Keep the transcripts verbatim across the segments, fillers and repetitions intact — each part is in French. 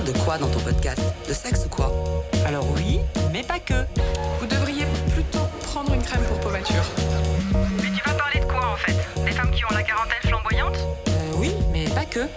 de quoi dans ton podcast ? De sexe ou quoi ? Alors oui, mais pas que. Vous devriez plutôt prendre une crème pour peau mature. Mais tu vas parler de quoi en fait ? Des femmes qui ont la quarantaine flamboyante ? Euh, oui, mais pas que.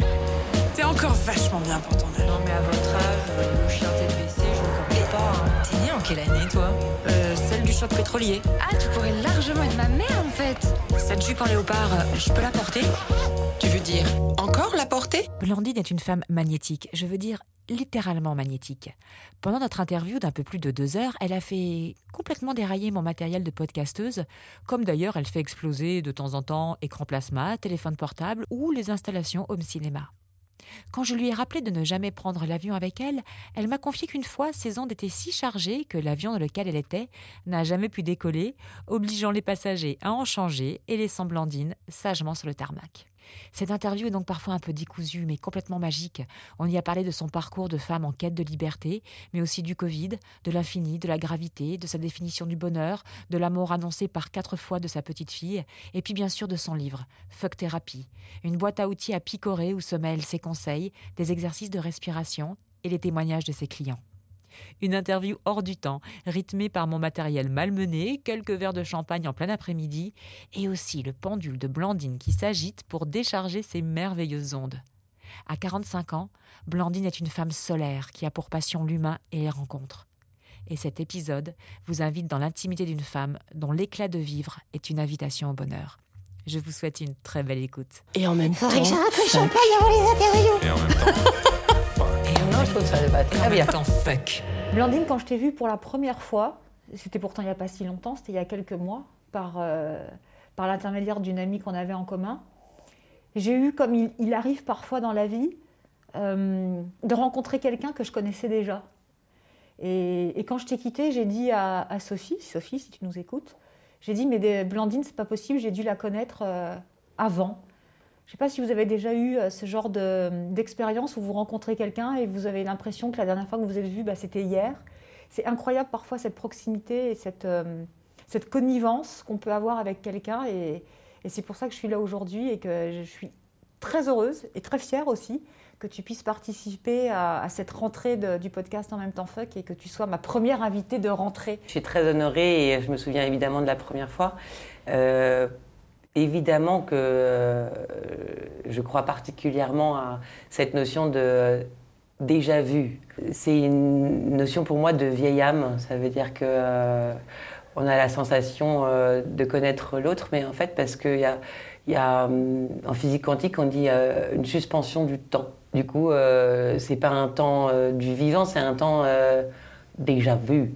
T'es encore vachement bien pour ton âge. Non mais à votre âge, euh, le chien tête baissée, je ne connais pas. Hein. T'es née en quelle année, toi ? Euh, celle du choc pétrolier. Ah, tu pourrais largement être ma mère, en fait. Cette jupe en léopard, euh, je peux la porter ? Tu veux dire encore la porter ? Blandine est une femme magnétique, je veux dire littéralement magnétique. Pendant notre interview d'un peu plus de deux heures, elle a fait complètement dérailler mon matériel de podcasteuse, comme d'ailleurs elle fait exploser de temps en temps écran plasma, téléphone portable ou les installations home cinéma. Quand je lui ai rappelé de ne jamais prendre l'avion avec elle, elle m'a confié qu'une fois, ses ondes étaient si chargées que l'avion dans lequel elle était n'a jamais pu décoller, obligeant les passagers à en changer et laissant Blandine sagement sur le tarmac. Cette interview est donc parfois un peu décousue, mais complètement magique. On y a parlé de son parcours de femme en quête de liberté, mais aussi du Covid, de l'infini, de la gravité, de sa définition du bonheur, de la mort annoncée par quatre fois de sa petite fille, et puis bien sûr de son livre, Fuck Therapy, une boîte à outils à picorer où se mêlent ses conseils, des exercices de respiration et les témoignages de ses clients. Une interview hors du temps, rythmée par mon matériel malmené, quelques verres de champagne en plein après-midi, et aussi le pendule de Blandine qui s'agite pour décharger ses merveilleuses ondes. À quarante-cinq ans, Blandine est une femme solaire qui a pour passion l'humain et les rencontres. Et cet épisode vous invite dans l'intimité d'une femme dont l'éclat de vivre est une invitation au bonheur. Je vous souhaite une très belle écoute. Et en même temps... Faudrait que j'arrête le champagne avant les interviews. Et en même temps... Non, je trouve que ça n'est pas très bien. Attends, fuck. Blandine, quand je t'ai vue pour la première fois, c'était pourtant il n'y a pas si longtemps, c'était il y a quelques mois, par, euh, par l'intermédiaire d'une amie qu'on avait en commun, j'ai eu, comme il, il arrive parfois dans la vie, euh, de rencontrer quelqu'un que je connaissais déjà. Et, et quand je t'ai quittée, j'ai dit à, à Sophie, Sophie, si tu nous écoutes, j'ai dit, mais des, Blandine, c'est pas possible, j'ai dû la connaître euh, avant. Je ne sais pas si vous avez déjà eu ce genre de, d'expérience où vous rencontrez quelqu'un et vous avez l'impression que la dernière fois que vous vous êtes vu, bah, c'était hier. C'est incroyable parfois cette proximité et cette, euh, cette connivence qu'on peut avoir avec quelqu'un. Et, et c'est pour ça que je suis là aujourd'hui et que je suis très heureuse et très fière aussi que tu puisses participer à, à cette rentrée de, du podcast En même temps fuck et que tu sois ma première invitée de rentrée. Je suis très honorée et je me souviens évidemment de la première fois. Euh, Évidemment que euh, je crois particulièrement à cette notion de euh, déjà vu. C'est une notion pour moi de vieille âme. Ça veut dire que euh, on a la sensation euh, de connaître l'autre, mais en fait parce qu'il y a, il y a en physique quantique on dit euh, une suspension du temps. Du coup, euh, c'est pas un temps euh, du vivant, c'est un temps euh, déjà vu.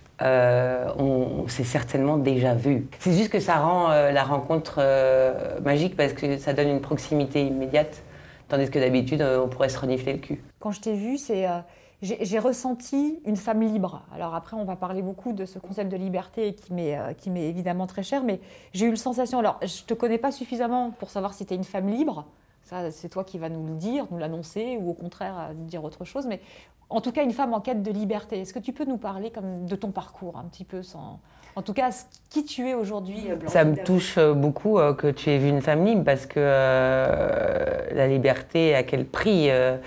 Euh, on, on s'est certainement déjà vu. C'est juste que ça rend euh, la rencontre euh, magique parce que ça donne une proximité immédiate, tandis que d'habitude, euh, on pourrait se renifler le cul. Quand je t'ai vue, c'est, euh, j'ai, j'ai ressenti une femme libre. Alors après, on va parler beaucoup de ce concept de liberté qui m'est, euh, qui m'est évidemment très cher, mais j'ai eu la sensation, alors je ne te connais pas suffisamment pour savoir si tu es une femme libre, ça c'est toi qui vas nous le dire, nous l'annoncer, ou au contraire nous dire autre chose, mais en tout cas, une femme en quête de liberté. Est-ce que tu peux nous parler comme de ton parcours, un petit peu, sans... en tout cas, qui tu es aujourd'hui, Blandine ? Ça me touche beaucoup euh, que tu aies vu une femme libre, parce que euh, la liberté, à quel prix euh,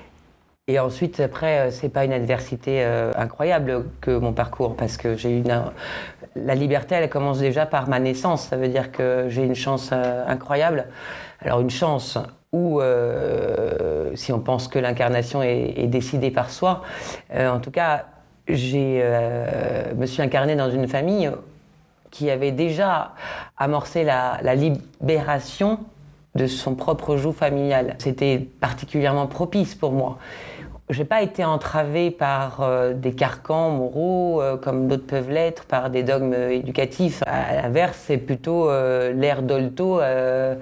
Et ensuite, après, c'est pas une adversité euh, incroyable que mon parcours, parce que j'ai une... La liberté, elle commence déjà par ma naissance. Ça veut dire que j'ai une chance euh, incroyable. Alors, une chance... ou euh, si on pense que l'incarnation est, est décidée par soi. Euh, en tout cas, je euh, me suis incarnée dans une famille qui avait déjà amorcé la, la libération de son propre joug familial. C'était particulièrement propice pour moi. Je n'ai pas été entravée par euh, des carcans moraux, euh, comme d'autres peuvent l'être, par des dogmes éducatifs. À l'inverse, c'est plutôt euh, l'ère Dolto. Euh,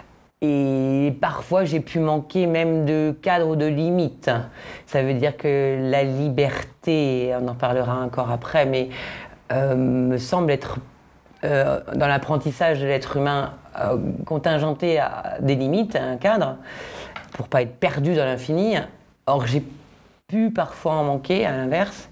Et parfois, j'ai pu manquer même de cadre ou de limite. Ça veut dire que la liberté, on en parlera encore après, mais euh, me semble être, euh, dans l'apprentissage de l'être humain, euh, contingenté à des limites, à un cadre, pour pas être perdu dans l'infini. Or, j'ai pu parfois en manquer, à l'inverse.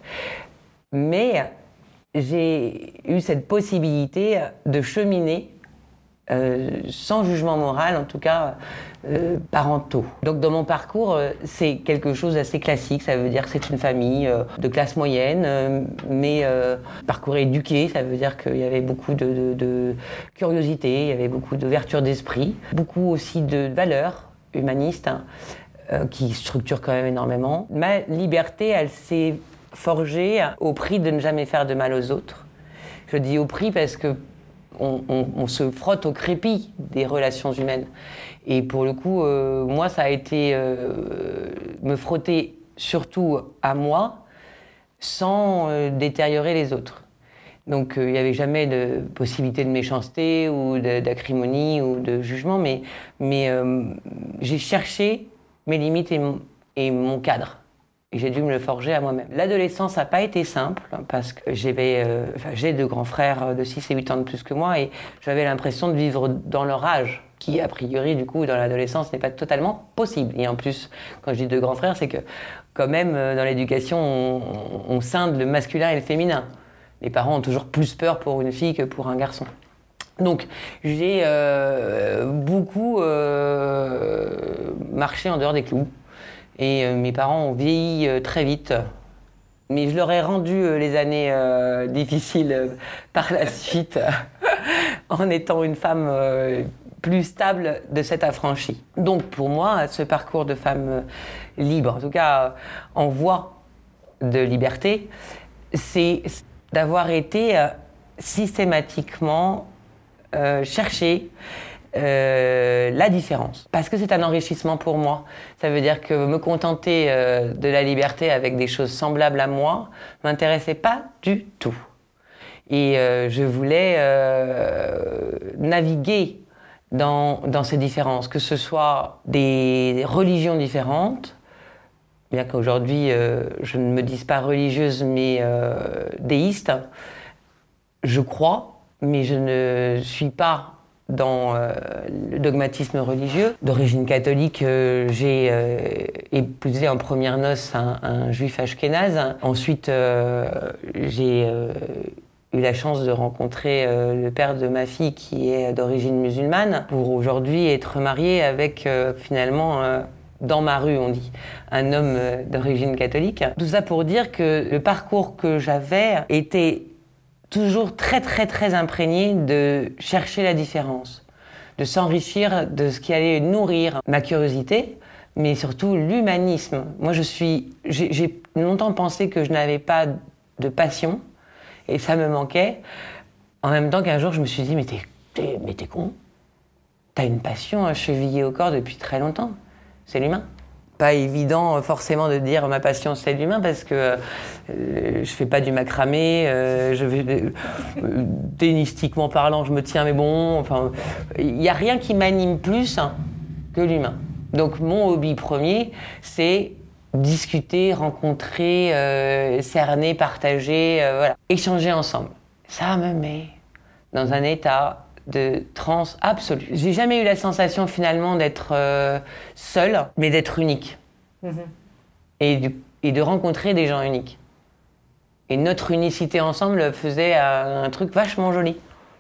Mais j'ai eu cette possibilité de cheminer euh, sans jugement moral, en tout cas euh, parentaux. Donc dans mon parcours, euh, c'est quelque chose d'assez classique, ça veut dire que c'est une famille euh, de classe moyenne, euh, mais euh, parcours éduqué, ça veut dire qu'il y avait beaucoup de, de, de curiosité, il y avait beaucoup d'ouverture d'esprit, beaucoup aussi de valeurs humanistes, hein, euh, qui structurent quand même énormément. Ma liberté, elle s'est forgée au prix de ne jamais faire de mal aux autres. Je dis au prix parce que On, on, on se frotte au crépi des relations humaines. Et pour le coup, euh, moi, ça a été euh, me frotter surtout à moi, sans euh, détériorer les autres. Donc, il euh, n'y avait jamais de possibilité de méchanceté ou de, d'acrimonie ou de jugement, mais, mais euh, j'ai cherché mes limites et mon, et mon cadre. Et j'ai dû me le forger à moi-même. L'adolescence n'a pas été simple, parce que j'avais, euh, enfin, j'ai deux grands frères de six et huit ans de plus que moi, et j'avais l'impression de vivre dans leur âge, qui, a priori, du coup, dans l'adolescence, n'est pas totalement possible. Et en plus, quand je dis deux grands frères, c'est que, quand même, dans l'éducation, on, on scinde le masculin et le féminin. Les parents ont toujours plus peur pour une fille que pour un garçon. Donc, j'ai euh, beaucoup euh, marché en dehors des clous. Et euh, mes parents ont vieilli euh, très vite. Mais je leur ai rendu euh, les années euh, difficiles euh, par la suite, euh, en étant une femme euh, plus stable de cette affranchie. Donc pour moi, ce parcours de femme euh, libre, en tout cas euh, en voie de liberté, c'est d'avoir été euh, systématiquement euh, chercher Euh, la différence. Parce que c'est un enrichissement pour moi. Ça veut dire que me contenter euh, de la liberté avec des choses semblables à moi m'intéressait pas du tout. Et euh, je voulais euh, naviguer dans, dans ces différences, que ce soit des religions différentes, bien qu'aujourd'hui euh, je ne me dise pas religieuse mais euh, déiste. Je crois, mais je ne suis pas dans euh, le dogmatisme religieux. D'origine catholique, euh, j'ai euh, épousé en première noce un, un juif ashkénaze. Ensuite, euh, j'ai euh, eu la chance de rencontrer euh, le père de ma fille qui est d'origine musulmane, pour aujourd'hui être mariée avec, euh, finalement, euh, dans ma rue, on dit, un homme euh, d'origine catholique. Tout ça pour dire que le parcours que j'avais était toujours très, très, très imprégné de chercher la différence, de s'enrichir de ce qui allait nourrir ma curiosité, mais surtout l'humanisme. Moi, je suis, j'ai, j'ai longtemps pensé que je n'avais pas de passion, et ça me manquait. En même temps qu'un jour, je me suis dit, mais t'es, t'es, mais t'es con. T'as une passion chevillée au corps depuis très longtemps. C'est l'humain. Pas évident forcément de dire ma passion c'est l'humain parce que euh, je fais pas du macramé, euh, je vais euh, tennistiquement parlant je me tiens mais bon, enfin il y a rien qui m'anime plus hein, que l'humain. Donc mon hobby premier c'est discuter, rencontrer, euh, cerner, partager, euh, voilà, échanger ensemble. Ça me met dans un état de transe absolue. J'ai jamais eu la sensation finalement d'être euh, seule, mais d'être unique. Mmh. Et, du, et de rencontrer des gens uniques. Et notre unicité ensemble faisait euh, un truc vachement joli.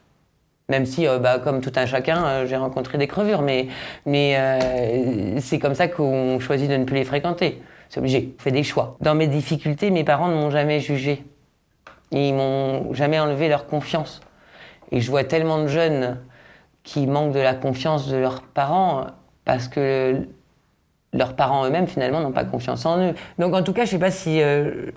Même si, euh, bah, comme tout un chacun, euh, j'ai rencontré des crevures, mais, mais euh, c'est comme ça qu'on choisit de ne plus les fréquenter. C'est obligé, on fait des choix. Dans mes difficultés, mes parents ne m'ont jamais jugé. Ils m'ont jamais enlevé leur confiance. Et je vois tellement de jeunes qui manquent de la confiance de leurs parents parce que leurs parents eux-mêmes, finalement, n'ont pas confiance en eux. Donc, en tout cas, je ne sais pas si euh,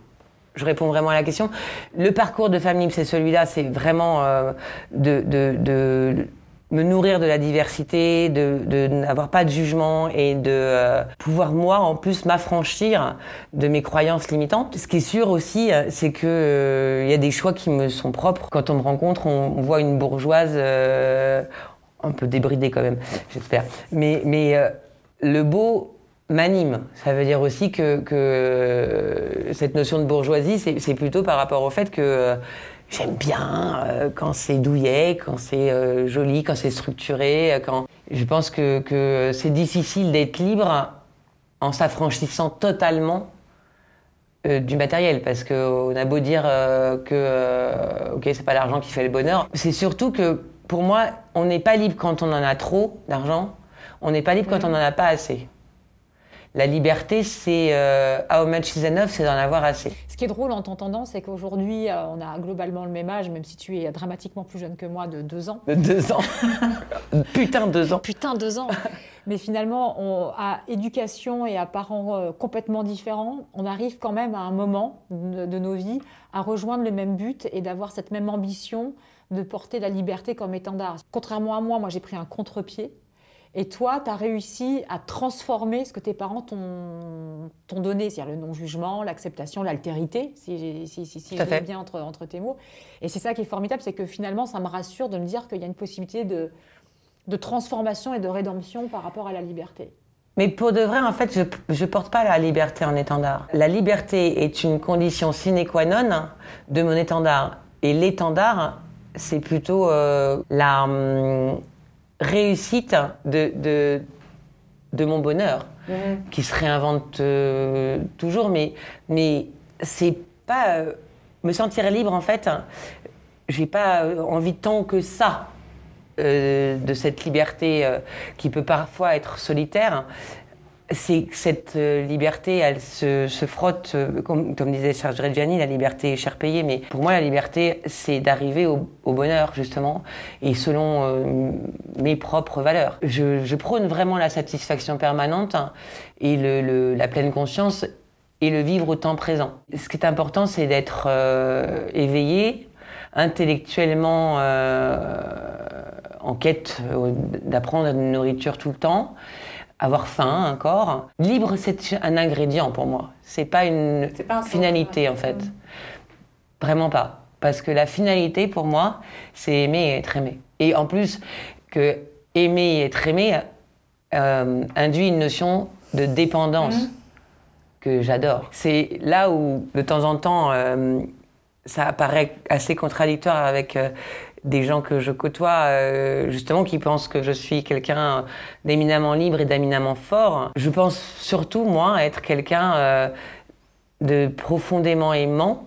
je réponds vraiment à la question. Le parcours de femme libre, c'est celui-là. C'est vraiment euh, de, de, de me nourrir de la diversité, de, de n'avoir pas de jugement et de euh, pouvoir, moi, en plus, m'affranchir de mes croyances limitantes. Ce qui est sûr aussi, c'est qu'il euh, y a des choix qui me sont propres. Quand on me rencontre, on, on voit une bourgeoise euh, un peu débridée quand même, j'espère. Mais, mais euh, le beau m'anime. Ça veut dire aussi que, que euh, cette notion de bourgeoisie, c'est, c'est plutôt par rapport au fait que euh, j'aime bien euh, quand c'est douillet, quand c'est euh, joli, quand c'est structuré. Quand... Je pense que, que c'est difficile d'être libre en s'affranchissant totalement euh, du matériel. Parce qu'on a beau dire euh, que euh, ok, c'est pas l'argent qui fait le bonheur. C'est surtout que pour moi, on n'est pas libre quand on en a trop d'argent, on n'est pas libre mmh. quand on n'en a pas assez. La liberté, c'est euh, how much is enough, c'est d'en avoir assez. Ce qui est drôle en t'entendant, c'est qu'aujourd'hui, euh, on a globalement le même âge, même si tu es dramatiquement plus jeune que moi de deux ans. De deux ans. Putain, deux ans. Putain, deux ans. Mais finalement, on, à éducation et à parents euh, complètement différents, on arrive quand même à un moment de, de nos vies à rejoindre le même but et d'avoir cette même ambition de porter la liberté comme étendard. Contrairement à moi, moi j'ai pris un contre-pied. Et toi, tu as réussi à transformer ce que tes parents t'ont, t'ont donné, c'est-à-dire le non-jugement, l'acceptation, l'altérité, si, si, si, si je mets bien entre, entre tes mots. Et c'est ça qui est formidable, c'est que finalement, ça me rassure de me dire qu'il y a une possibilité de, de transformation et de rédemption par rapport à la liberté. Mais pour de vrai, en fait, je ne porte pas la liberté en étendard. La liberté est une condition sine qua non de mon étendard. Et l'étendard, c'est plutôt euh, la... Hum, réussite de, de, de mon bonheur, mmh. qui se réinvente euh, toujours, mais, mais c'est pas... Euh, me sentir libre, en fait, j'ai pas envie tant que ça euh, de cette liberté euh, qui peut parfois être solitaire. C'est que cette euh, liberté, elle se, se frotte, euh, comme, comme disait Serge Reggiani, la liberté est cher payée, mais pour moi, la liberté, c'est d'arriver au, au bonheur, justement, et selon euh, mes propres valeurs. Je, je prône vraiment la satisfaction permanente hein, et le, le, la pleine conscience et le vivre au temps présent. Ce qui est important, c'est d'être euh, éveillé, intellectuellement euh, en quête euh, d'apprendre une nourriture tout le temps, avoir faim, un corps. Libre, c'est un ingrédient pour moi. C'est pas une c'est pas finalité, en fait. Mmh. Vraiment pas. Parce que la finalité, pour moi, c'est aimer et être aimé. Et en plus, que aimer et être aimé euh, induit une notion de dépendance mmh. que j'adore. C'est là où, de temps en temps, euh, ça apparaît assez contradictoire avec... Euh, des gens que je côtoie, euh, justement, qui pensent que je suis quelqu'un d'éminemment libre et d'éminemment fort. Je pense surtout, moi, être quelqu'un euh, de profondément aimant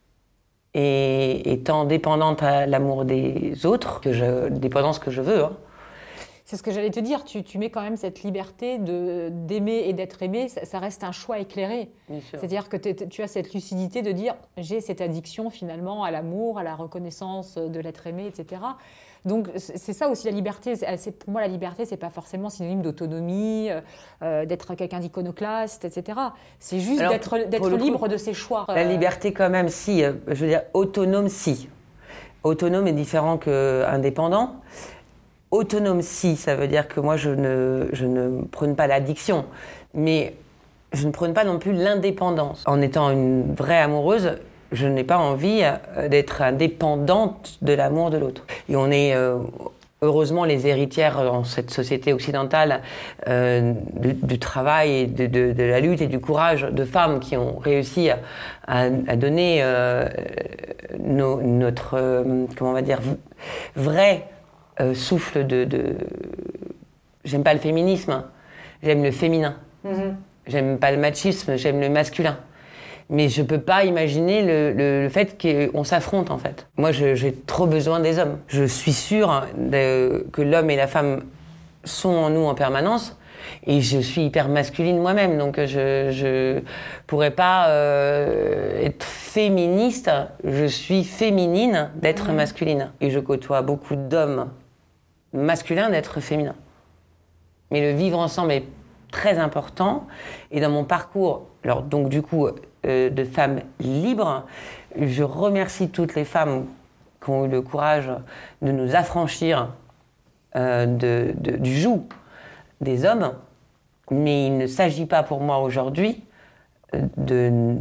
et étant dépendante à l'amour des autres, que je, dépendance que je veux. Hein. C'est ce que j'allais te dire, tu, tu mets quand même cette liberté de, d'aimer et d'être aimé, ça, ça reste un choix éclairé. C'est-à-dire que tu as cette lucidité de dire j'ai cette addiction finalement à l'amour, à la reconnaissance de l'être aimé, et cetera. Donc c'est ça aussi la liberté. C'est, pour moi la liberté, c'est pas forcément synonyme d'autonomie, euh, d'être quelqu'un d'iconoclaste, et cetera. C'est juste Alors, d'être, d'être libre coup, de ses choix. La liberté quand même, si, je veux dire autonome, si. Autonome est différent qu'indépendant. Autonome, si, ça veut dire que moi, je ne, je ne prône pas l'addiction, mais je ne prône pas non plus l'indépendance. En étant une vraie amoureuse, je n'ai pas envie d'être indépendante de l'amour de l'autre. Et on est euh, heureusement les héritières dans cette société occidentale euh, du, du travail, et de, de, de la lutte et du courage de femmes qui ont réussi à, à, à donner euh, nos, notre, euh, comment on va dire, vrai Euh, souffle de, de... J'aime pas le féminisme, j'aime le féminin. Mm-hmm. J'aime pas le machisme, j'aime le masculin. Mais je peux pas imaginer le, le, le fait qu'on s'affronte, en fait. Moi, je, j'ai trop besoin des hommes. Je suis sûre de, que l'homme et la femme sont en nous en permanence. Et je suis hyper masculine moi-même, donc je je pourrais pas euh, être féministe. Je suis féminine d'être mmh. masculine. Et je côtoie beaucoup d'hommes masculins d'être féminins. Mais le vivre ensemble est très important. Et dans mon parcours, alors donc du coup euh, de femme libre, je remercie toutes les femmes qui ont eu le courage de nous affranchir euh, de, de, du joug des hommes, mais il ne s'agit pas pour moi aujourd'hui de,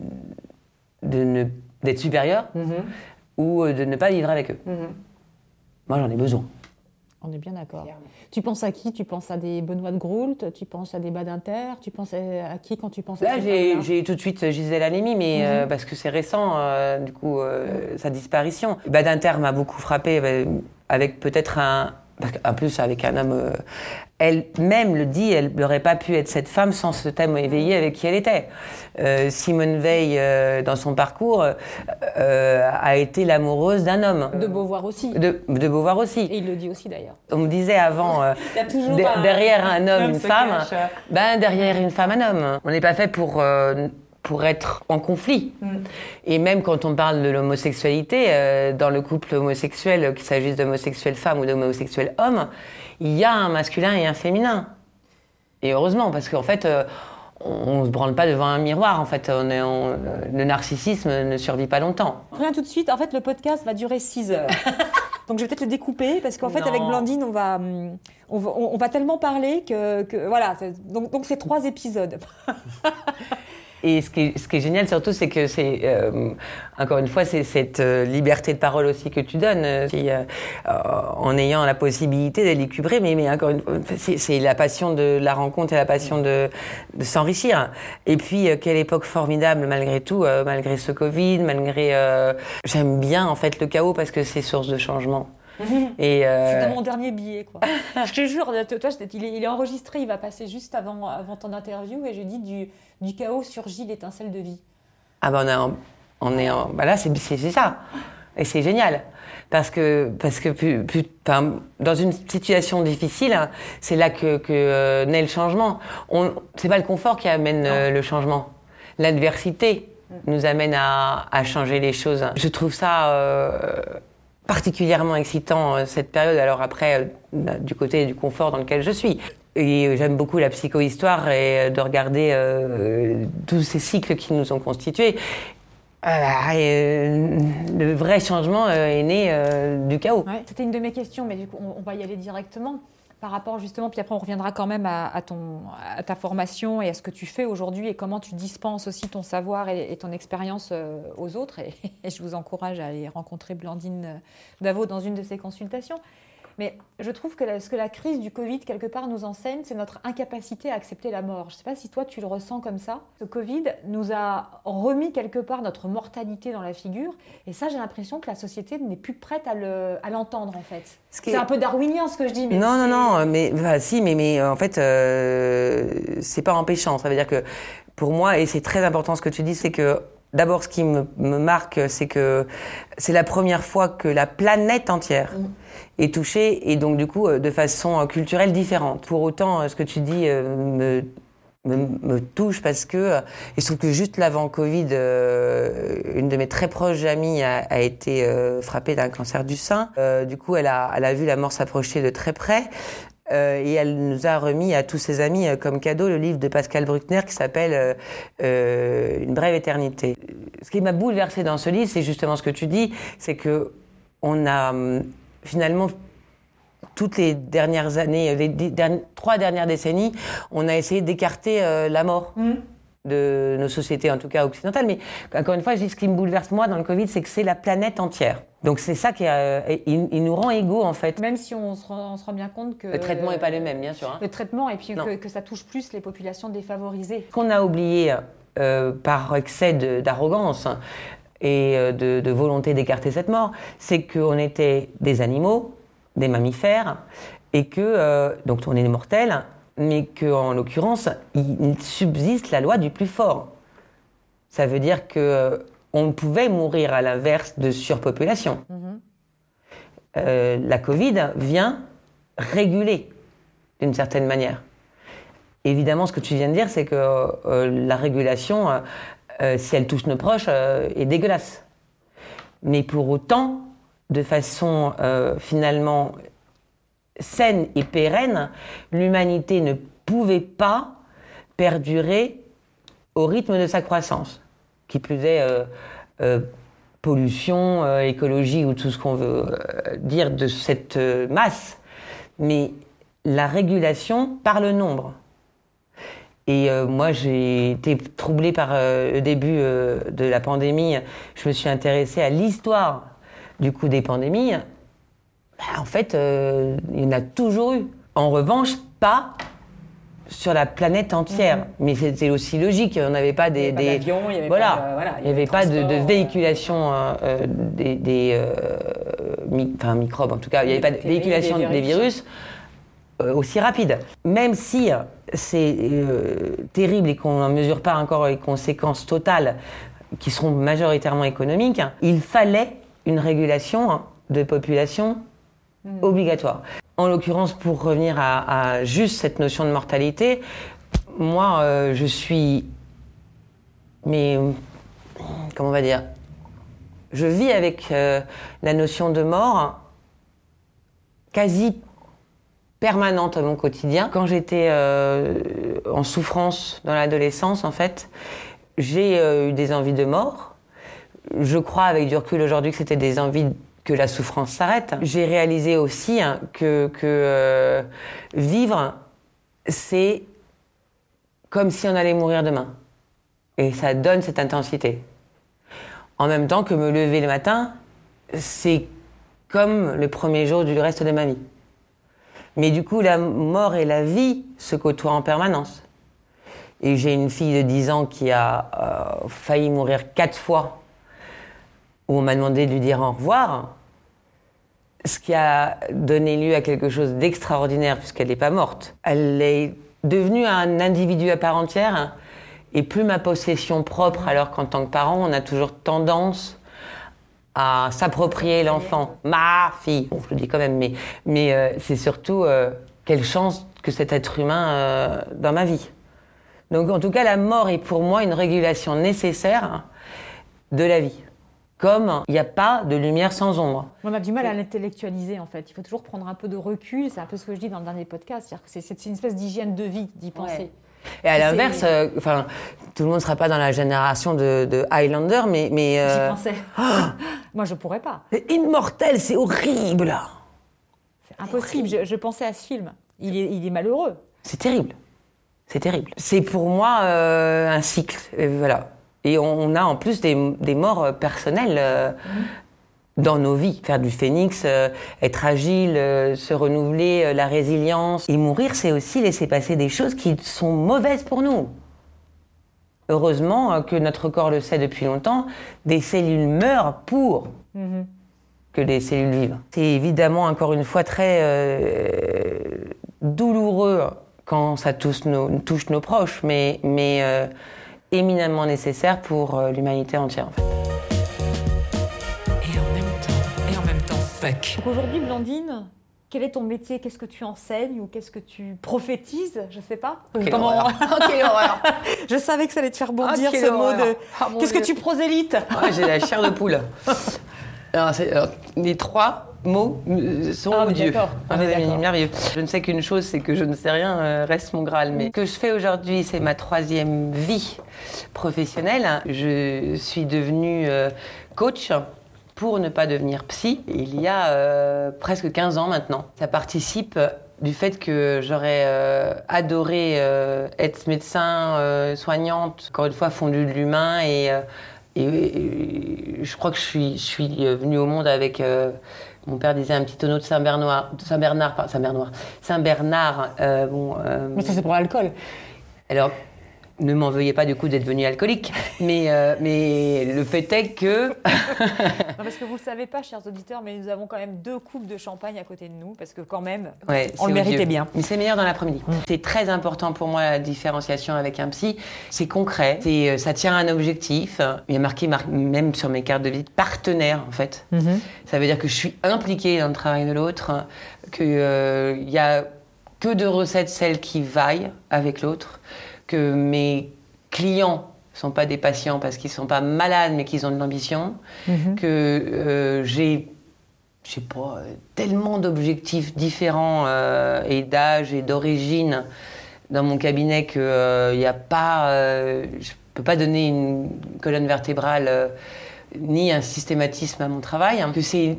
de ne, d'être supérieur mmh. ou de ne pas vivre avec eux. Mmh. Moi, j'en ai besoin. On est bien d'accord. Clairement. Tu penses à qui ? Tu penses à des Benoît de Groult ? Tu penses à des Badinter ? Tu penses à qui quand tu penses à Là, j'ai, j'ai tout de suite Gisèle Halimi, mais mmh. euh, parce que c'est récent, euh, du coup, euh, mmh. sa disparition. Badinter m'a beaucoup frappée, euh, avec peut-être un... parce qu'en plus avec un homme, euh, elle-même le dit, elle n'aurait pas pu être cette femme sans cet homme éveillé avec qui elle était. Euh, Simone Veil, euh, dans son parcours, euh, a été l'amoureuse d'un homme. De Beauvoir aussi. De, de Beauvoir aussi. Et il le dit aussi d'ailleurs. On me disait avant, euh, de, un, derrière un homme, une femme, cache. ben derrière une femme, un homme. On n'est pas fait pour... Euh, pour être en conflit. Mm. Et même quand on parle de l'homosexualité, euh, dans le couple homosexuel, qu'il s'agisse d'homosexuels femmes ou d'homosexuels hommes, il y a un masculin et un féminin. Et heureusement, parce qu'en fait, euh, on ne se branle pas devant un miroir. En fait, on est, on, le narcissisme ne survit pas longtemps. Rien tout de suite. En fait, le podcast va durer six heures. Donc je vais peut-être le découper, parce qu'en fait, non. avec Blandine, on va, on va, on va tellement parler que... que voilà. Donc, donc c'est trois épisodes. Et ce qui, est, ce qui est génial surtout, c'est que c'est, euh, encore une fois, c'est cette euh, liberté de parole aussi que tu donnes, euh, qui, euh, en ayant la possibilité de l'équilibrer, mais, mais encore une fois, c'est, c'est la passion de la rencontre et la passion de, de s'enrichir. Et puis, euh, quelle époque formidable malgré tout, euh, malgré ce Covid, malgré... Euh, j'aime bien en fait le chaos parce que c'est source de changement. Et euh... C'est dans mon dernier billet, quoi. Je te jure, toi, il, est, il est enregistré, il va passer juste avant, avant ton interview, et je dis du, du chaos surgit l'étincelle de vie. Ah ben on est en, on est en, bah là c'est, c'est, c'est ça, et c'est génial, parce que parce que plus, plus, dans une situation difficile, c'est là que, que euh, naît le changement. On, c'est pas le confort qui amène euh, le changement, l'adversité nous amène à, à changer les choses. Je trouve ça euh, particulièrement excitant, cette période. Alors après, euh, du côté du confort dans lequel je suis. Et j'aime beaucoup la psychohistoire et de regarder euh, tous ces cycles qui nous ont constitués. Euh, et, euh, le vrai changement euh, est né euh, du chaos. Ouais, c'était une de mes questions, mais du coup, on, on va y aller directement. Par rapport justement, puis après on reviendra quand même à, à, ton, à ta formation et à ce que tu fais aujourd'hui et comment tu dispenses aussi ton savoir et, et ton expérience euh, aux autres. Et, et je vous encourage à aller rencontrer Blandine Davo dans une de ses consultations. Mais je trouve que la, ce que la crise du Covid, quelque part, nous enseigne, c'est notre incapacité à accepter la mort. Je ne sais pas si toi, tu le ressens comme ça. Ce Covid nous a remis quelque part notre mortalité dans la figure. Et ça, j'ai l'impression que la société n'est plus prête à, le, à l'entendre, en fait. Ce c'est est... un peu darwinien, ce que je dis. Mais non, c'est... non, non. Mais, enfin, si, mais, mais en fait, euh, c'est pas empêchant. Ça veut dire que, pour moi, et c'est très important ce que tu dis, c'est que d'abord, ce qui me, me marque, c'est que c'est la première fois que la planète entière mmh. est touchée, et donc du coup, de façon culturelle différente. Pour autant, ce que tu dis me, me, me touche parce que, et je trouve que juste l'avant Covid, une de mes très proches amies a, a été frappée d'un cancer du sein. Du coup, elle a, elle a vu la mort s'approcher de très près. Euh, et elle nous a remis à tous ses amis euh, comme cadeau le livre de Pascal Bruckner qui s'appelle euh, euh, Une brève éternité. Ce qui m'a bouleversée dans ce livre, c'est justement ce que tu dis, c'est que on a euh, finalement toutes les dernières années, les dix, dernières, trois dernières décennies, on a essayé d'écarter euh, la mort. Mmh. de nos sociétés, en tout cas occidentales. Mais encore une fois, je dis, ce qui me bouleverse moi dans le Covid, c'est que c'est la planète entière. Donc c'est ça qui euh, il, il nous rend égaux en fait. Même si on se rend, on se rend bien compte que... Le traitement n'est pas le même, bien sûr. Hein. Le traitement, et puis que, que ça touche plus les populations défavorisées. Ce qu'on a oublié euh, par excès de, d'arrogance et de, de volonté d'écarter cette mort, c'est qu'on était des animaux, des mammifères, et que, euh, donc on est des mortels, mais qu'en l'occurrence, il subsiste la loi du plus fort. Ça veut dire qu'on pouvait mourir à l'inverse de surpopulation. Mm-hmm. Euh, la Covid vient réguler d'une certaine manière. Évidemment, ce que tu viens de dire, c'est que euh, la régulation, euh, si elle touche nos proches, euh, est dégueulasse. Mais pour autant, de façon euh, finalement... saine et pérenne, l'humanité ne pouvait pas perdurer au rythme de sa croissance. Qui plus est, euh, euh, pollution, euh, écologie ou tout ce qu'on veut euh, dire de cette euh, masse. Mais la régulation par le nombre. Et euh, moi, j'ai été troublée par euh, le début euh, de la pandémie. Je me suis intéressée à l'histoire du coup des pandémies. En fait, euh, il y en a toujours eu. En revanche, pas sur la planète entière. Mmh. Mais c'était aussi logique. On n'avait pas des... Il n'y avait des... pas d'avion, il n'y avait voilà. pas de, voilà, il y avait pas de, de véhiculation euh, des, des euh, mi- enfin microbes, en tout cas, il n'y avait pas de Bactéries, véhiculation des des virus euh, aussi rapide. Même si c'est euh, terrible et qu'on n'en mesure pas encore les conséquences totales, qui seront majoritairement économiques, hein, il fallait une régulation hein, de population mmh. obligatoire. En l'occurrence, pour revenir à, à juste cette notion de mortalité, moi, euh, je suis... Mais... Comment on va dire ? Je vis avec euh, la notion de mort quasi permanente à mon quotidien. Quand j'étais euh, en souffrance dans l'adolescence, en fait, j'ai euh, eu des envies de mort. Je crois, avec du recul aujourd'hui, que c'était des envies que la souffrance s'arrête. J'ai réalisé aussi hein, que, que euh, vivre, c'est comme si on allait mourir demain. Et ça donne cette intensité. En même temps que me lever le matin, c'est comme le premier jour du reste de ma vie. Mais du coup, la mort et la vie se côtoient en permanence. Et j'ai une fille de dix ans qui a euh, failli mourir quatre fois, où on m'a demandé de lui dire au revoir, ce qui a donné lieu à quelque chose d'extraordinaire, puisqu'elle n'est pas morte. Elle est devenue un individu à part entière, et plus ma possession propre, alors qu'en tant que parent, on a toujours tendance à s'approprier l'enfant. Ma fille, bon, je le dis quand même, mais, mais euh, c'est surtout euh, quelle chance que cet être humain euh, dans ma vie. Donc en tout cas, la mort est pour moi une régulation nécessaire de la vie. Comme il n'y a pas de lumière sans ombre. On a du mal à l'intellectualiser en fait. Il faut toujours prendre un peu de recul. C'est un peu ce que je dis dans le dernier podcast. C'est-à-dire que c'est, c'est une espèce d'hygiène de vie d'y penser. Ouais. Et à l'inverse, euh, enfin, tout le monde ne sera pas dans la génération de, de Highlander, mais... mais euh... J'y pensais. Oh moi, je ne pourrais pas. Immortel, c'est horrible. C'est impossible. Je, je pensais à ce film. Il est, il est malheureux. C'est terrible. C'est terrible. C'est pour moi euh, un cycle. Et voilà. Et on, on a en plus des, des morts personnelles euh, mmh. dans nos vies. Faire du phénix, euh, être agile, euh, se renouveler, euh, la résilience. Et mourir, c'est aussi laisser passer des choses qui sont mauvaises pour nous. Heureusement euh, que notre corps le sait depuis longtemps, des cellules meurent pour mmh. que des cellules vivent. C'est évidemment, encore une fois, très euh, douloureux quand ça touche nos, touche nos proches, mais... mais euh, éminemment nécessaire pour euh, l'humanité entière, en fait. Et en même temps, et en même temps, fuck. Donc aujourd'hui, Blandine, quel est ton métier ? Qu'est-ce que tu enseignes ou qu'est-ce que tu prophétises ? Je sais pas. Quelle Comment... horreur. Oh, quelle horreur. Je savais que ça allait te faire bondir, oh, ce horreur. mot de... Oh, qu'est-ce Dieu. que tu prosélytes ? Ouais, j'ai la chair de poule. Alors, c'est, alors, les trois mots sont ah, odieux. D'accord. Ah, c'est merveilleux. Je ne sais qu'une chose, c'est que je ne sais rien, euh, reste mon Graal. Mais ce que je fais aujourd'hui, c'est ma troisième vie professionnelle. Je suis devenue euh, coach pour ne pas devenir psy. Il y a euh, presque quinze ans maintenant. Ça participe du fait que j'aurais euh, adoré euh, être médecin, euh, soignante, encore une fois fondue de l'humain et... Euh, Et, et je crois que je suis, je suis venue au monde avec, euh, mon père disait un petit tonneau de Saint-Bernard, Saint-Bernard, pas Saint-Bernard, Saint-Bernard. Euh, bon, euh, Mais ça c'est pour l'alcool. Alors, ne m'en veuillez pas du coup d'être venu alcoolique, mais, euh, mais le fait est que... non, parce que vous ne le savez pas, chers auditeurs, mais nous avons quand même deux coupes de champagne à côté de nous, parce que quand même, ouais, on le méritait odieux. bien. Mais c'est meilleur dans l'après-midi. Mmh. C'est très important pour moi la différenciation avec un psy. C'est concret, c'est, ça tient à un objectif. Il y a marqué mar- même sur mes cartes de visite partenaire en fait. Mmh. Ça veut dire que je suis impliquée dans le travail de l'autre, qu'il euh, y a que de recettes celles qui vaillent avec l'autre, que mes clients ne sont pas des patients parce qu'ils ne sont pas malades mais qu'ils ont de l'ambition, mmh. que euh, j'ai, je sais pas, tellement d'objectifs différents euh, et d'âge et d'origine dans mon cabinet qu'il n'y euh, a pas, euh, je ne peux pas donner une colonne vertébrale euh, ni un systématisme à mon travail, hein, que c'est,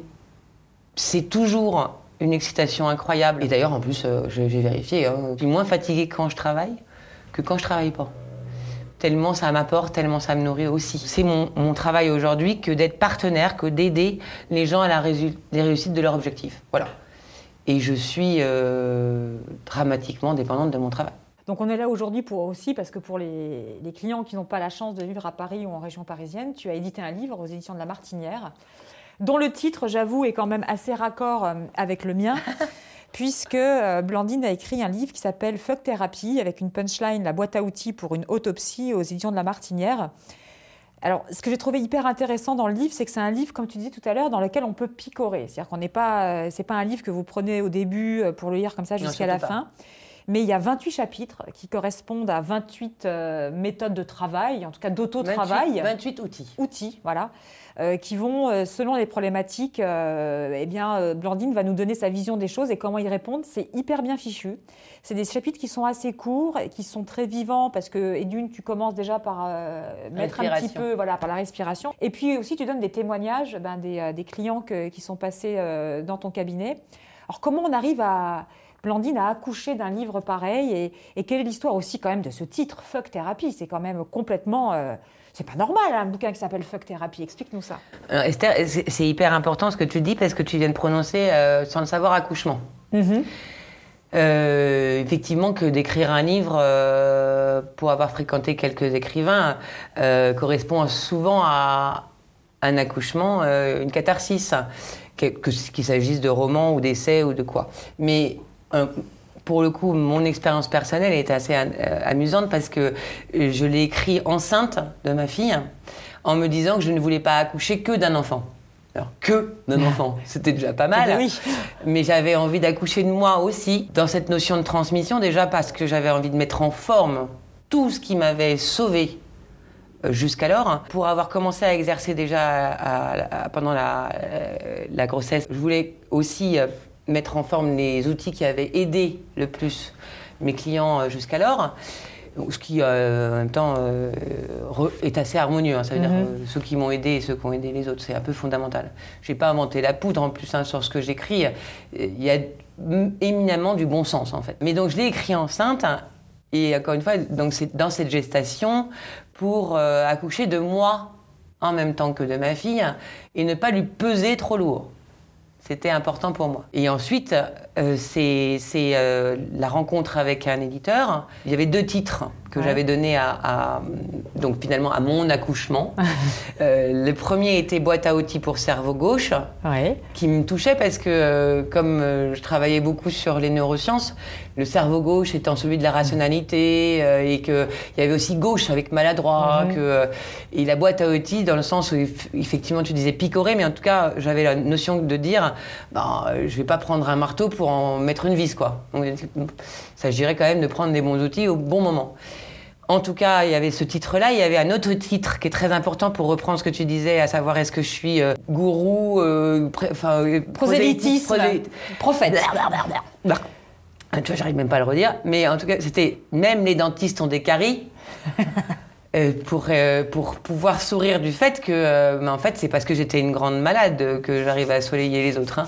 c'est toujours une excitation incroyable. Et d'ailleurs, en plus, euh, j'ai, j'ai vérifié, hein, je suis moins fatiguée quand je travaille que quand je travaille pas. Tellement ça m'apporte, tellement ça me nourrit aussi. C'est mon, mon travail aujourd'hui que d'être partenaire, que d'aider les gens à la résu- les réussites de leurs objectifs. Voilà. Et je suis euh, dramatiquement dépendante de mon travail. Donc on est là aujourd'hui pour aussi, parce que pour les, les clients qui n'ont pas la chance de vivre à Paris ou en région parisienne, tu as édité un livre aux éditions de La Martinière, dont le titre, j'avoue, est quand même assez raccord euh, avec le mien, puisque euh, Blandine a écrit un livre qui s'appelle Fuck Thérapie, avec une punchline, la boîte à outils pour une autopsie aux éditions de La Martinière. Alors, ce que j'ai trouvé hyper intéressant dans le livre, c'est que c'est un livre, comme tu disais tout à l'heure, dans lequel on peut picorer. C'est-à-dire qu'on n'est pas, euh, c'est pas un livre que vous prenez au début pour le lire comme ça jusqu'à la fin. Mais il y a vingt-huit chapitres qui correspondent à vingt-huit euh, méthodes de travail, en tout cas d'auto-travail. vingt-huit, vingt-huit outils. Outils, voilà, euh, qui vont, euh, selon les problématiques, euh, eh bien, euh, Blandine va nous donner sa vision des choses et comment y répondre. C'est hyper bien fichu. C'est des chapitres qui sont assez courts et qui sont très vivants parce que, et d'une, tu commences déjà par euh, mettre un petit peu, voilà, par la respiration. Et puis aussi, tu donnes des témoignages ben, des, euh, des clients que, qui sont passés euh, dans ton cabinet. Alors, comment on arrive à... Blandine a accouché d'un livre pareil et, et quelle est l'histoire aussi quand même de ce titre, Fuck Thérapie? C'est quand même complètement... Euh, c'est pas normal, hein, un bouquin qui s'appelle Fuck Thérapie. Explique-nous ça. Alors, Esther, c'est, c'est hyper important ce que tu dis parce que tu viens de prononcer euh, sans le savoir accouchement. Mm-hmm. Euh, effectivement que d'écrire un livre, euh, pour avoir fréquenté quelques écrivains, euh, correspond souvent à un accouchement, euh, une catharsis, que, que, qu'il s'agisse de romans ou d'essais ou de quoi. Mais... Euh, pour le coup, mon expérience personnelle est assez euh, amusante parce que je l'ai écrit enceinte de ma fille en me disant que je ne voulais pas accoucher que d'un enfant. Alors, que d'un enfant, c'était déjà pas mal. Oui. Mais j'avais envie d'accoucher de moi aussi, dans cette notion de transmission, déjà parce que j'avais envie de mettre en forme tout ce qui m'avait sauvée jusqu'alors, pour avoir commencé à exercer déjà à, à, à, pendant la, la grossesse. Je voulais aussi... mettre en forme les outils qui avaient aidé le plus mes clients jusqu'alors, ce qui euh, en même temps euh, est assez harmonieux. Hein. Ça veut mm-hmm. dire euh, ceux qui m'ont aidé et ceux qui ont aidé les autres, c'est un peu fondamental. Je n'ai pas inventé la poudre en plus hein, sur ce que j'écris. Il y a éminemment du bon sens en fait. Mais donc je l'ai écrit enceinte hein, et encore une fois, donc c'est dans cette gestation pour euh, accoucher de moi en même temps que de ma fille et ne pas lui peser trop lourd. C'était important pour moi. Et ensuite, euh, c'est, c'est euh, la rencontre avec un éditeur. Il y avait deux titres que ouais. j'avais donnés à, à, donc finalement à mon accouchement. euh, le premier était Boîte à outils pour cerveau gauche, ouais. qui me touchait parce que euh, comme euh, je travaillais beaucoup sur les neurosciences, le cerveau gauche étant celui de la rationalité euh, et qu'il y avait aussi gauche avec maladroit. Mm-hmm. Que, euh, et la boîte à outils dans le sens où effectivement tu disais picorer, mais en tout cas j'avais la notion de dire ben, je ne vais pas prendre un marteau pour en mettre une vis, quoi. Donc, il s'agirait quand même de prendre des bons outils au bon moment. En tout cas, il y avait ce titre-là. Il y avait un autre titre qui est très important pour reprendre ce que tu disais, à savoir est-ce que je suis euh, gourou, euh, pré, euh, prosélytisme, prosélite, prophète. Tu vois, j'arrive même pas à le redire. Mais en tout cas, c'était même les dentistes ont des caries. Euh, pour, euh, pour pouvoir sourire du fait que, euh, mais en fait, c'est parce que j'étais une grande malade que j'arrivais à soleiller les autres. Hein.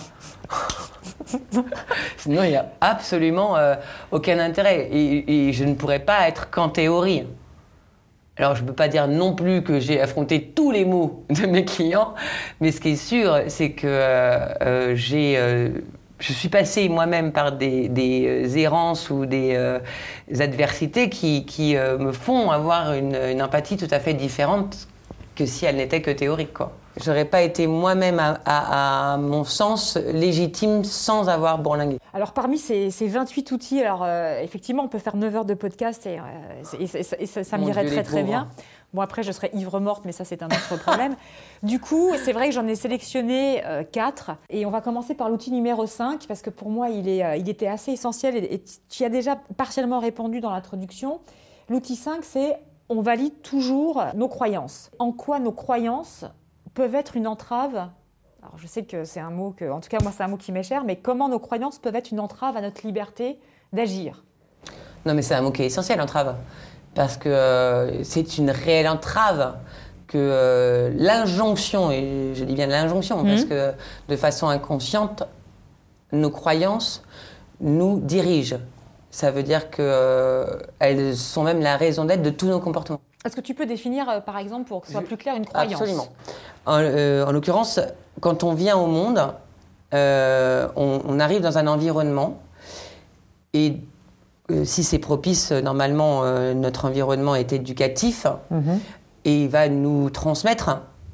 Sinon, il n'y a absolument euh, aucun intérêt. Et, et je ne pourrais pas être qu'en théorie. Alors, je ne peux pas dire non plus que j'ai affronté tous les maux de mes clients, mais ce qui est sûr, c'est que euh, euh, j'ai... Euh, Je suis passée moi-même par des, des errances ou des euh, adversités qui, qui euh, me font avoir une, une empathie tout à fait différente que si elle n'était que théorique, quoi. Je n'aurais pas été moi-même, à, à, à mon sens, légitime sans avoir bourlingué. Alors, parmi ces, ces vingt-huit outils, alors, euh, effectivement, on peut faire neuf heures de podcast et, euh, et, et, et ça, ça m'irait très, très bien. Bon, après, je serais ivre morte, mais ça, c'est un autre problème. Du coup, c'est vrai que j'en ai sélectionné euh, quatre. Et on va commencer par l'outil numéro cinq, parce que pour moi, il, est, euh, il était assez essentiel. Et, et tu y as déjà partiellement répondu dans l'introduction. L'outil cinq, c'est on valide toujours nos croyances. En quoi nos croyances peuvent être une entrave? Alors, je sais que c'est un mot que, en tout cas, moi, c'est un mot qui m'est cher, mais comment nos croyances peuvent être une entrave à notre liberté d'agir? Non, mais c'est un mot qui est essentiel, entrave. Parce que euh, c'est une réelle entrave que euh, l'injonction, et je dis bien l'injonction, mmh. parce que de façon inconsciente, nos croyances nous dirigent. Ça veut dire qu'elles euh, sont même la raison d'être de tous nos comportements. Est-ce que tu peux définir, euh, par exemple, pour que ce soit plus clair, une croyance? Absolument. En, euh, en l'occurrence, quand on vient au monde, euh, on, on arrive dans un environnement et Euh, si c'est propice, normalement, euh, notre environnement est éducatif mmh. et il va nous transmettre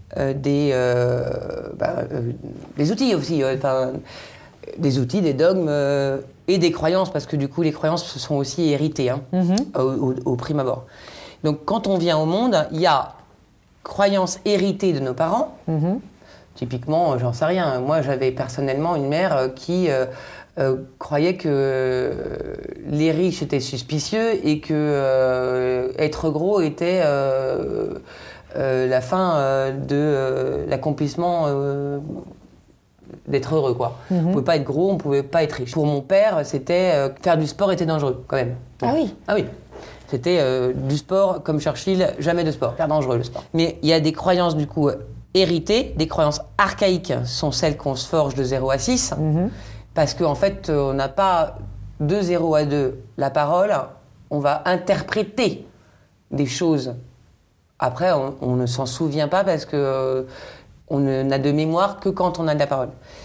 euh, des, euh, bah, euh, des outils aussi, euh, enfin, des outils, des dogmes euh, et des croyances, parce que du coup, les croyances sont aussi héritées hein, mm-hmm. au, au, au prime abord. Donc, quand on vient au monde, il y a croyances héritées de nos parents. Mm-hmm. Typiquement, j'en sais rien. Moi, j'avais personnellement une mère qui euh, euh, croyait que euh, les riches étaient suspicieux et que euh, être gros était euh, euh, la fin euh, de euh, l'accomplissement euh, d'être heureux, quoi. Mm-hmm. On ne pouvait pas être gros, on ne pouvait pas être riche. Pour mon père, c'était euh, faire du sport était dangereux, quand même. Donc, ah oui. Ah oui. C'était euh, du sport, comme Churchill, jamais de sport. Faire dangereux, le sport. Mais il y a des croyances, du coup, héritées, des croyances archaïques sont celles qu'on se forge de zéro à six, mm-hmm. parce qu'en en fait, on n'a pas de zéro à deux la parole, on va interpréter des choses. Après, on, on ne s'en souvient pas parce que euh, on n'a de mémoire que quand on a de la parole.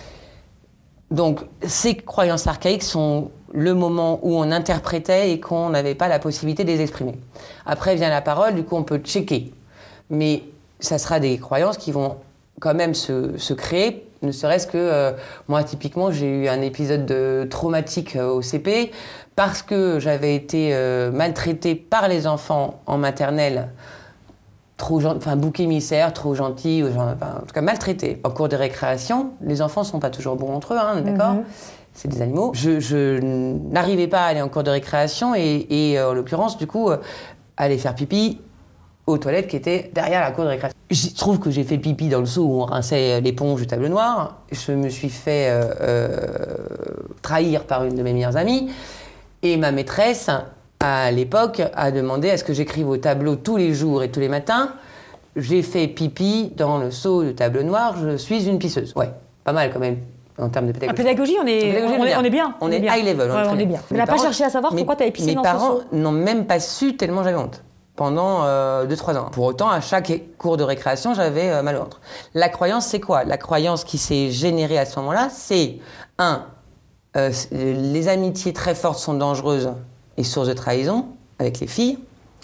Donc, ces croyances archaïques sont le moment où on interprétait et qu'on n'avait pas la possibilité de les exprimer. Après vient la parole, du coup, on peut checker. Mais ça sera des croyances qui vont quand même se, se créer, ne serait-ce que, euh, moi, typiquement, j'ai eu un épisode de traumatique euh, au C P parce que j'avais été euh, maltraitée par les enfants en maternelle, trop gen- enfin, bouc émissaire, trop gentil, ou genre, enfin, en tout cas maltraitée. En cours de récréation, les enfants ne sont pas toujours bons entre eux, hein, d'accord ? Mm-hmm. C'est des animaux. Je, je n'arrivais pas à aller en cours de récréation et, et euh, en l'occurrence, du coup, euh, aller faire pipi aux toilettes qui étaient derrière la cour de récréation. Je trouve que j'ai fait pipi dans le seau où on rinçait l'éponge du tableau noir. Je me suis fait euh, euh, trahir par une de mes meilleures amies. Et ma maîtresse, à l'époque, a demandé à ce que j'écrive au tableau tous les jours et tous les matins. J'ai fait pipi dans le seau du tableau noir, je suis une pisseuse. Ouais, pas mal quand même. En termes de pédagogie. En pédagogie, on est, pédagogie, on, on, est, on est bien. On, on est bien. high level. Ouais, on, on est bien. On n'a pas cherché à savoir pourquoi tu as épicé dans ce seau. Mes parents n'ont même pas su tellement j'avais honte. Pendant euh, deux trois ans. Pour autant, à chaque cours de récréation, j'avais euh, mal au ventre. La croyance, c'est quoi ? La croyance qui s'est générée à ce moment-là, c'est un, euh, les amitiés très fortes sont dangereuses et source de trahison avec les filles.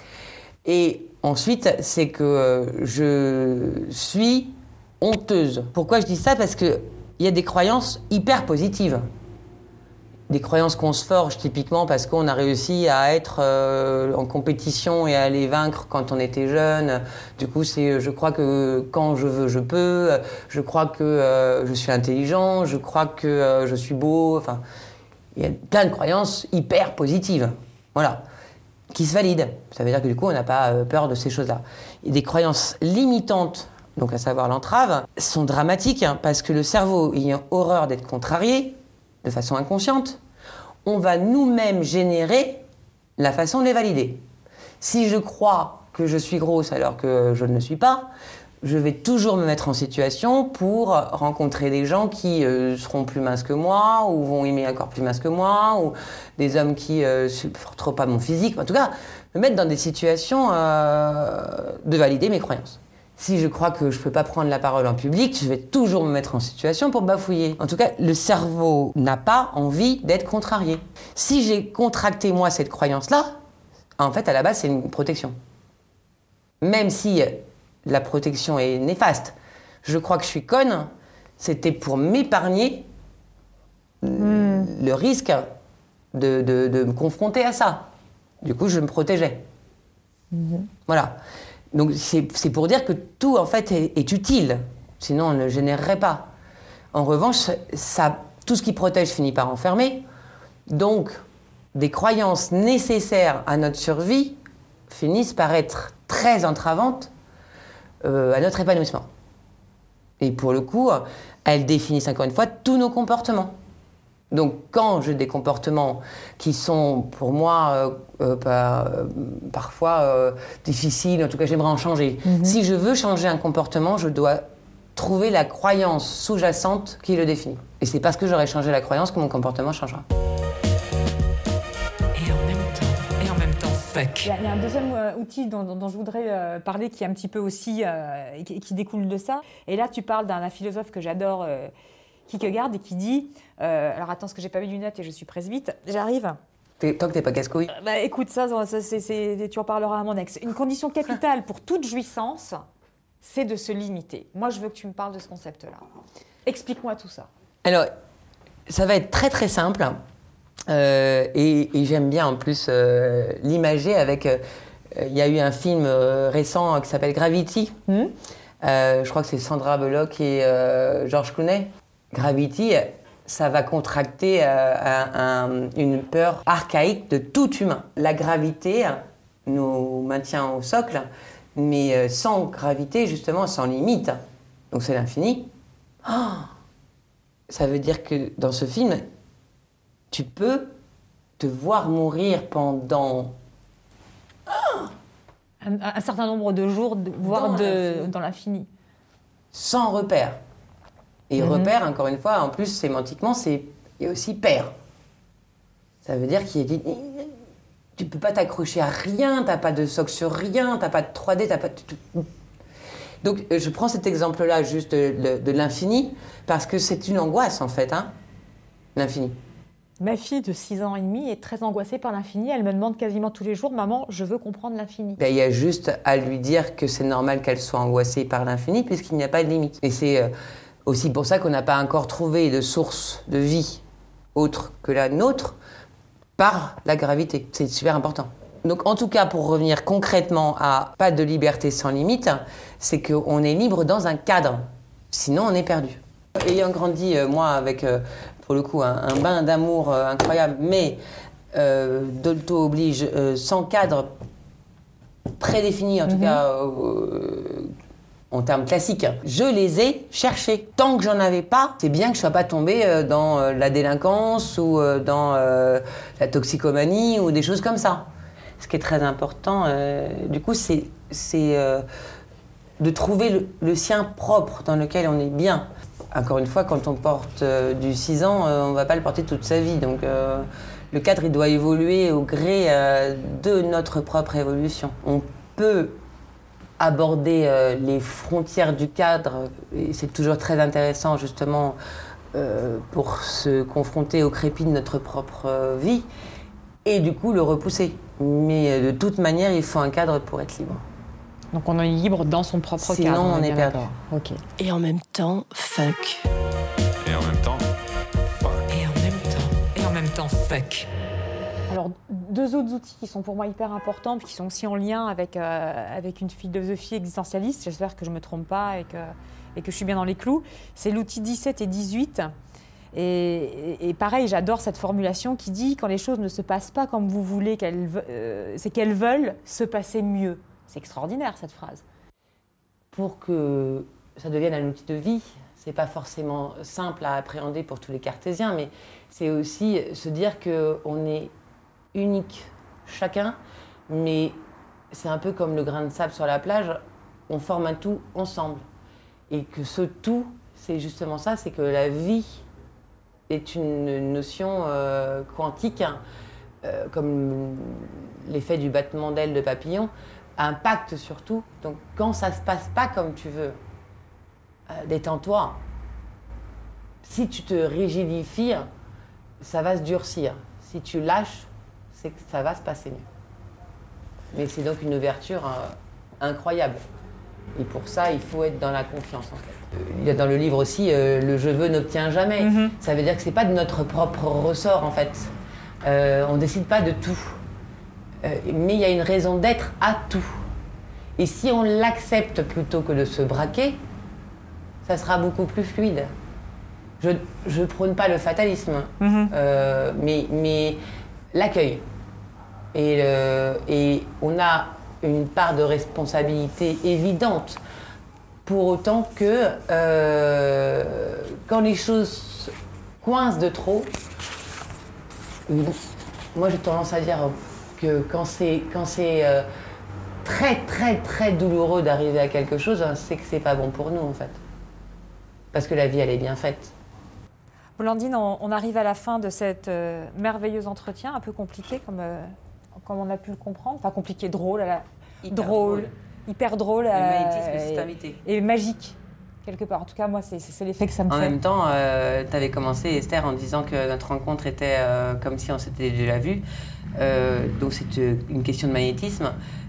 Et ensuite, c'est que euh, je suis honteuse. Pourquoi je dis ça ? Parce que il y a des croyances hyper positives. Des croyances qu'on se forge typiquement parce qu'on a réussi à être euh, en compétition et à les vaincre quand on était jeune. Du coup, c'est je crois que quand je veux, je peux. Je crois que euh, je suis intelligent. Je crois que euh, je suis beau. Enfin, il y a plein de croyances hyper positives. Voilà. Qui se valident. Ça veut dire que du coup, on n'a pas peur de ces choses-là. Et des croyances limitantes, donc à savoir l'entrave, sont dramatiques hein, parce que le cerveau ayant horreur d'être contrarié, de façon inconsciente, on va nous-mêmes générer la façon de les valider. Si je crois que je suis grosse alors que je ne le suis pas, je vais toujours me mettre en situation pour rencontrer des gens qui euh, seront plus minces que moi ou vont aimer encore plus minces que moi ou des hommes qui ne euh, supporteront pas mon physique. En tout cas, me mettre dans des situations euh, de valider mes croyances. Si je crois que je ne peux pas prendre la parole en public, je vais toujours me mettre en situation pour bafouiller. En tout cas, le cerveau n'a pas envie d'être contrarié. Si j'ai contracté, moi, cette croyance-là, en fait, à la base, c'est une protection. Même si la protection est néfaste, je crois que je suis conne, c'était pour m'épargner mmh. le risque de, de, de me confronter à ça. Du coup, je me protégeais. Mmh. Voilà. Donc c'est, c'est pour dire que tout en fait est, est utile, sinon on ne le générerait pas. En revanche, ça, tout ce qui protège finit par enfermer, donc des croyances nécessaires à notre survie finissent par être très entravantes euh, à notre épanouissement. Et pour le coup, elles définissent encore une fois tous nos comportements. Donc quand j'ai des comportements qui sont pour moi euh, euh, pas, euh, parfois euh, difficiles, en tout cas j'aimerais en changer. Mm-hmm. Si je veux changer un comportement, je dois trouver la croyance sous-jacente qui le définit. Et c'est parce que j'aurai changé la croyance que mon comportement changera. Et en même temps, et en même temps, fuck. Il y a, il y a un deuxième euh, outil dont, dont, dont je voudrais euh, parler qui est un petit peu aussi, euh, qui, qui découle de ça. Et là tu parles d'un, d'un philosophe que j'adore, euh, Kierkegaard, et qui dit, euh, alors attends, parce que j'ai pas mis de lunettes et je suis presbyte, j'arrive. T'es, tant que t'es pas casse-couille. Euh, bah écoute, ça, ça c'est, c'est, tu en parleras à mon ex. Une condition capitale pour toute jouissance, c'est de se limiter. Moi, je veux que tu me parles de ce concept-là. Explique-moi tout ça. Alors, ça va être très très simple. Euh, et, et j'aime bien en plus euh, l'imager avec... Il euh, y a eu un film euh, récent qui s'appelle Gravity. Mmh. Euh, je crois que c'est Sandra Bullock et euh, George Clooney. Gravity, ça va contracter euh, un, un, une peur archaïque de tout humain. La gravité nous maintient au socle, mais euh, sans gravité, justement, sans limite. Donc c'est l'infini. Oh, ça veut dire que dans ce film, tu peux te voir mourir pendant... Oh, un, un certain nombre de jours, de, voire dans, de, dans l'infini. Sans repère. Et mm-hmm. repère, encore une fois, en plus, sémantiquement, c'est il y a aussi pair. Ça veut dire qu'il est... Tu peux pas t'accrocher à rien, t'as pas de socle sur rien, t'as pas de trois D, t'as pas de... Donc, je prends cet exemple-là juste de, de, de l'infini, parce que c'est une angoisse, en fait, hein, l'infini. Ma fille de six ans et demi est très angoissée par l'infini. Elle me demande quasiment tous les jours « Maman, je veux comprendre l'infini ». Ben, il y a juste à lui dire que c'est normal qu'elle soit angoissée par l'infini, puisqu'il n'y a pas de limite. Et c'est euh, aussi pour ça qu'on n'a pas encore trouvé de source de vie autre que la nôtre par la gravité. C'est super important. Donc, en tout cas, pour revenir concrètement à pas de liberté sans limite, c'est qu'on est libre dans un cadre. Sinon, on est perdu. Ayant grandi, euh, moi, avec, euh, pour le coup, un, un bain d'amour euh, incroyable, mais euh, Dolto oblige, euh, sans cadre prédéfini, en tout mm-hmm. cas, euh, en termes classiques, je les ai cherchés. Tant que j'en avais pas, c'est bien que je sois pas tombée euh, dans euh, la délinquance ou euh, dans euh, la toxicomanie ou des choses comme ça. Ce qui est très important, euh, du coup, c'est, c'est euh, de trouver le, le sien propre dans lequel on est bien. Encore une fois, quand on porte euh, du six ans, euh, on ne va pas le porter toute sa vie. Donc, euh, le cadre, il doit évoluer au gré euh, de notre propre évolution. On peut aborder euh, les frontières du cadre, et c'est toujours très intéressant, justement, euh, pour se confronter au crépi de notre propre euh, vie, et du coup, le repousser. Mais de toute manière, il faut un cadre pour être libre. Donc on est libre dans son propre Sinon, cadre. Sinon, on est perdu. Ok. Et en même temps, fuck. Et en même temps, fuck. Et en même temps, et en même temps, fuck. Alors, deux autres outils qui sont pour moi hyper importants, puis qui sont aussi en lien avec, euh, avec une philosophie existentialiste, j'espère que je ne me trompe pas et que, et que je suis bien dans les clous, c'est l'outil dix-sept et dix-huit. Et, et pareil, j'adore cette formulation qui dit « quand les choses ne se passent pas comme vous voulez, qu'elles, euh, c'est qu'elles veulent se passer mieux ». C'est extraordinaire, cette phrase. Pour que ça devienne un outil de vie, c'est pas forcément simple à appréhender pour tous les cartésiens, mais c'est aussi se dire qu'on est unique chacun, mais c'est un peu comme le grain de sable sur la plage, on forme un tout ensemble. Et que ce tout, c'est justement ça, c'est que la vie est une notion euh, quantique, hein, euh, comme l'effet du battement d'ailes de papillon, impacte sur tout. Donc quand ça se passe pas comme tu veux, euh, détends-toi. Si tu te rigidifies, ça va se durcir. Si tu lâches, c'est que ça va se passer mieux. Mais c'est donc une ouverture euh, incroyable. Et pour ça, il faut être dans la confiance, en fait. Il y a dans le livre aussi, euh, le « je veux » n'obtient jamais. Mm-hmm. Ça veut dire que c'est pas de notre propre ressort, en fait. Euh, on décide pas de tout. Euh, mais il y a une raison d'être à tout. Et si on l'accepte plutôt que de se braquer, ça sera beaucoup plus fluide. Je ne prône pas le fatalisme, mm-hmm. euh, mais, mais l'accueil. Et, le, et on a une part de responsabilité évidente, pour autant que euh, quand les choses coincent de trop, moi j'ai tendance à dire que quand c'est, quand c'est euh, très très très douloureux d'arriver à quelque chose, c'est que c'est pas bon pour nous en fait. Parce que la vie elle est bien faite. Blandine, on, on arrive à la fin de cet euh, merveilleux entretien, un peu compliqué comme, euh, comme on a pu le comprendre. Enfin compliqué, drôle, à la... hyper drôle, drôle, hyper drôle. Le à... magnétisme s'est invité. Et magique, quelque part. En tout cas, moi, c'est, c'est l'effet que ça me en fait. En même temps, euh, tu avais commencé, Esther, en disant que notre rencontre était euh, comme si on s'était déjà vu. Euh, donc c'est une question de magnétisme.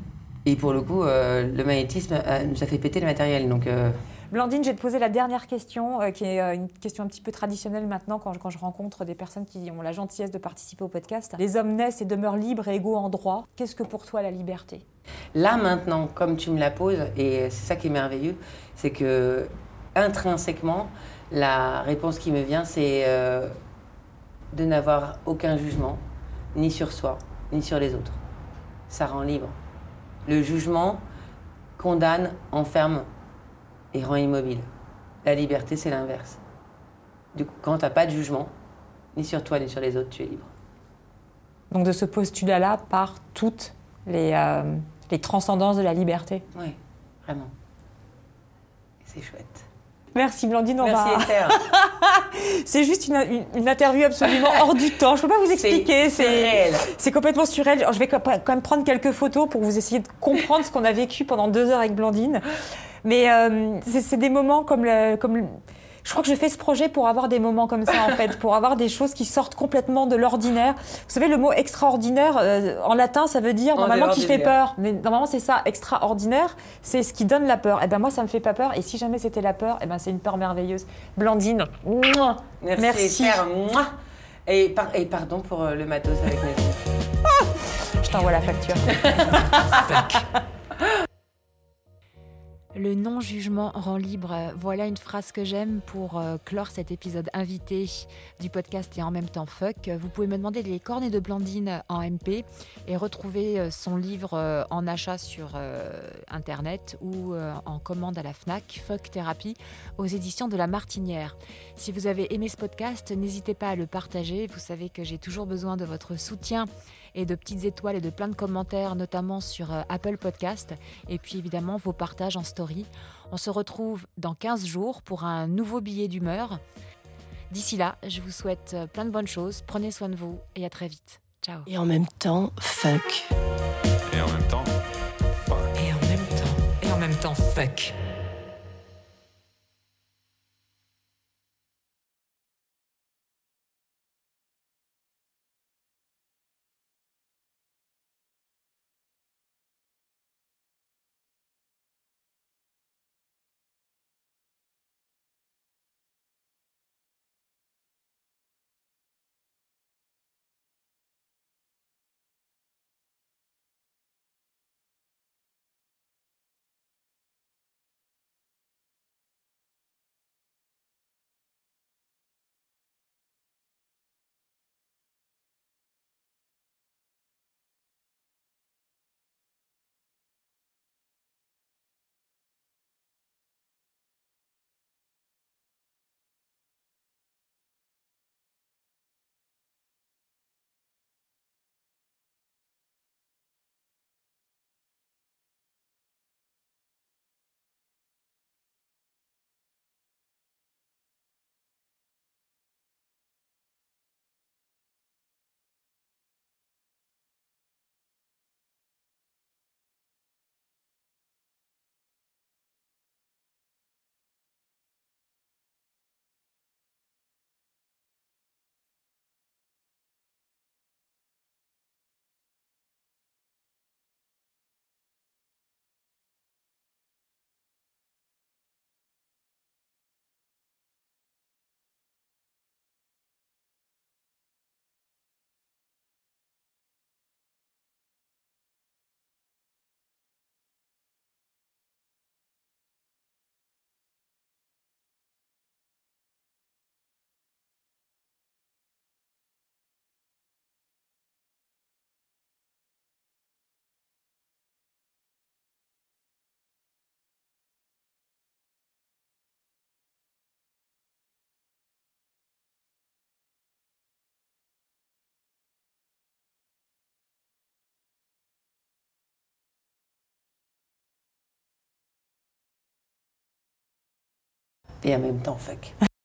Et pour le coup, euh, le magnétisme euh, nous a fait péter le matériel. Donc, euh... Blandine, je vais te poser la dernière question, euh, qui est euh, une question un petit peu traditionnelle maintenant quand je, quand je rencontre des personnes qui ont la gentillesse de participer au podcast. Les hommes naissent et demeurent libres et égaux en droit. Qu'est-ce que pour toi la liberté ? Là maintenant, comme tu me la poses, et c'est ça qui est merveilleux, c'est que intrinsèquement, la réponse qui me vient, c'est euh, de n'avoir aucun jugement, ni sur soi, ni sur les autres. Ça rend libre. Le jugement condamne, enferme et rend immobile. La liberté, c'est l'inverse. Du coup, quand tu n'as pas de jugement, ni sur toi, ni sur les autres, tu es libre. Donc de ce postulat-là part toutes les, euh, les transcendances de la liberté. Oui, vraiment. C'est chouette. Merci Blandine. On Merci va... Esther. C'est juste une, une, une interview absolument hors du temps. Je ne peux pas vous expliquer. C'est, c'est réel. C'est complètement surréel. Je vais quand même prendre quelques photos pour vous essayer de comprendre ce qu'on a vécu pendant deux heures avec Blandine. Mais euh, c'est, c'est des moments comme le, comme le... Je crois que je fais ce projet pour avoir des moments comme ça, en fait, pour avoir des choses qui sortent complètement de l'ordinaire. Vous savez, le mot extraordinaire, euh, en latin, ça veut dire normalement qui fait peur. Mais normalement, c'est ça, extraordinaire, c'est ce qui donne la peur. Et ben moi, ça me fait pas peur. Et si jamais c'était la peur, et ben c'est une peur merveilleuse. Blandine, mouah, merci. Merci. Esther, mouah. Et, par, et pardon pour le matos avec mes ah, je t'envoie la facture. Le non-jugement rend libre. Voilà une phrase que j'aime pour euh, clore cet épisode invité du podcast et en même temps fuck. Vous pouvez me demander les cornets de Blandine en M P et retrouver euh, son livre euh, en achat sur euh, internet ou euh, en commande à la Fnac, Fuck Thérapie, aux éditions de La Martinière. Si vous avez aimé ce podcast, n'hésitez pas à le partager. Vous savez que j'ai toujours besoin de votre soutien et de petites étoiles et de plein de commentaires, notamment sur euh, Apple Podcast. Et puis évidemment, vos partages en story. On se retrouve dans quinze jours pour un nouveau billet d'humeur. D'ici là, je vous souhaite plein de bonnes choses. Prenez soin de vous et à très vite. Ciao. Et en même temps, fuck. Et en même temps, fuck. Et en même temps, et en même temps, fuck. Et en même temps, fuck.